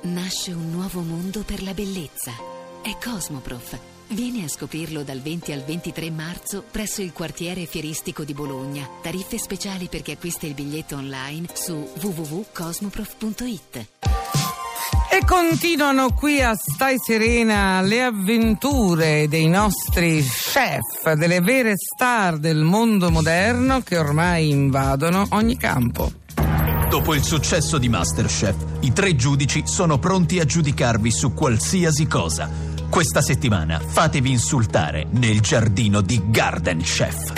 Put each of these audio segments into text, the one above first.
Nasce un nuovo mondo per la bellezza. È Cosmoprof. Vieni a scoprirlo dal 20 al 23 marzo presso il quartiere fieristico di Bologna. Tariffe speciali per chi acquista il biglietto online su www.cosmoprof.it. E continuano qui a Stai Serena le avventure dei nostri chef, delle vere star del mondo moderno che ormai invadono ogni campo. Dopo il successo di MasterChef, i 3 giudici sono pronti a giudicarvi su qualsiasi cosa. Questa settimana fatevi insultare nel giardino di Garden Chef.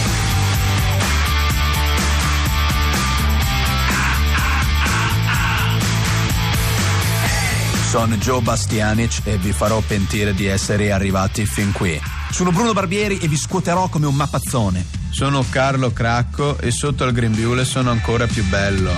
Sono Joe Bastianic e vi farò pentire di essere arrivati fin qui. Sono Bruno Barbieri e vi scuoterò come un mappazzone. Sono Carlo Cracco e sotto al grembiule sono ancora più bello.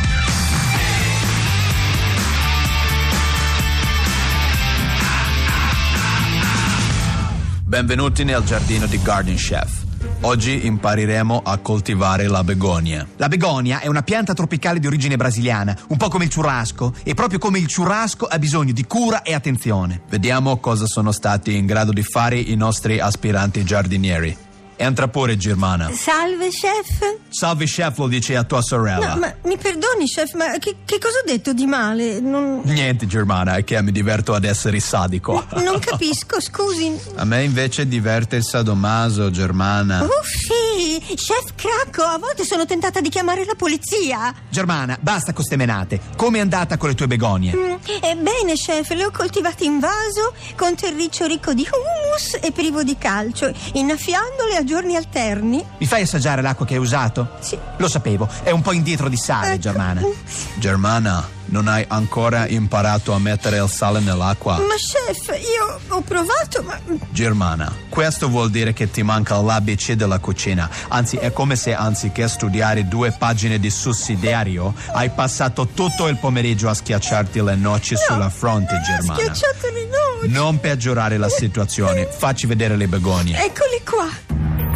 Benvenuti nel giardino di Garden Chef. Oggi impareremo a coltivare la begonia. La begonia è una pianta tropicale di origine brasiliana, un po' come il churrasco, e proprio come il churrasco ha bisogno di cura e attenzione. Vediamo cosa sono stati in grado di fare i nostri aspiranti giardinieri. Entra pure, Germana. Salve, chef. Salve, chef, lo dice a tua sorella. No, ma mi perdoni, chef, ma che cosa ho detto di male? Niente, Germana, è che mi diverto ad essere sadico. Non capisco, scusi. A me invece diverte il sadomaso, Germana. Uffi, chef Cracco, a volte sono tentata di chiamare la polizia. Germana, basta con ste menate. Come è andata con le tue begonie? Bene, chef, le ho coltivate in vaso con terriccio ricco di hummus e privo di calcio, innaffiandole a giorni alterni. Mi fai assaggiare l'acqua che hai usato? Sì. Lo sapevo, è un po' indietro di sale, Germana. Germana, non hai ancora imparato a mettere il sale nell'acqua? Ma chef, io ho provato, ma... Germana, questo vuol dire che ti manca l'ABC della cucina. Anzi, è come se anziché studiare 2 pagine di sussidiario, hai passato tutto il pomeriggio a schiacciarti le noci sulla fronte, Germana. Ho schiacciato le noci. Non peggiorare la situazione, facci vedere le begonie. Eccole qua.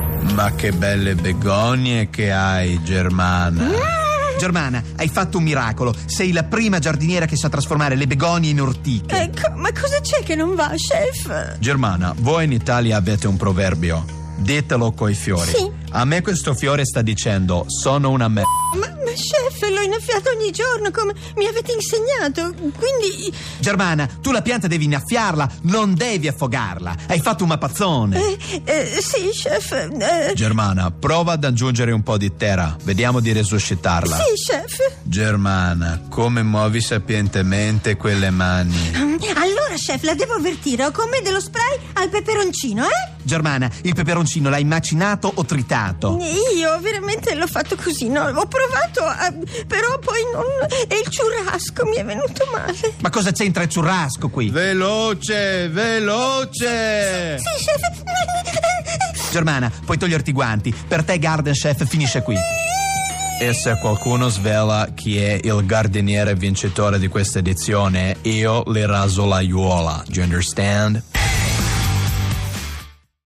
Ma che belle begonie che hai, Germana. Germana, hai fatto un miracolo. Sei la prima giardiniera che sa trasformare le begonie in ortiche. Ecco, ma cosa c'è che non va, chef? Germana, voi in Italia avete un proverbio. Ditelo coi fiori. Sì. A me questo fiore sta dicendo: sono una Ma chef, l'ho innaffiato ogni giorno come mi avete insegnato. Quindi... Germana, tu la pianta devi innaffiarla, non devi affogarla. Hai fatto un mappazzone. Sì, chef. Germana, prova ad aggiungere un po' di terra. Vediamo di resuscitarla. Sì, chef. Germana, come muovi sapientemente quelle mani. Allora, chef, la devo avvertire. Ho con me dello spray al peperoncino, Germana, il peperoncino l'hai macinato o tritato? Io veramente l'ho fatto così, no? Ho provato, però poi non... E il churrasco mi è venuto male. Ma cosa c'entra il churrasco qui? Veloce, veloce! Sì, chef. Germana, puoi toglierti i guanti. Per te Garden Chef finisce qui. E se qualcuno svela chi è il giardiniere vincitore di questa edizione, io le raso l'aiuola. Do you understand?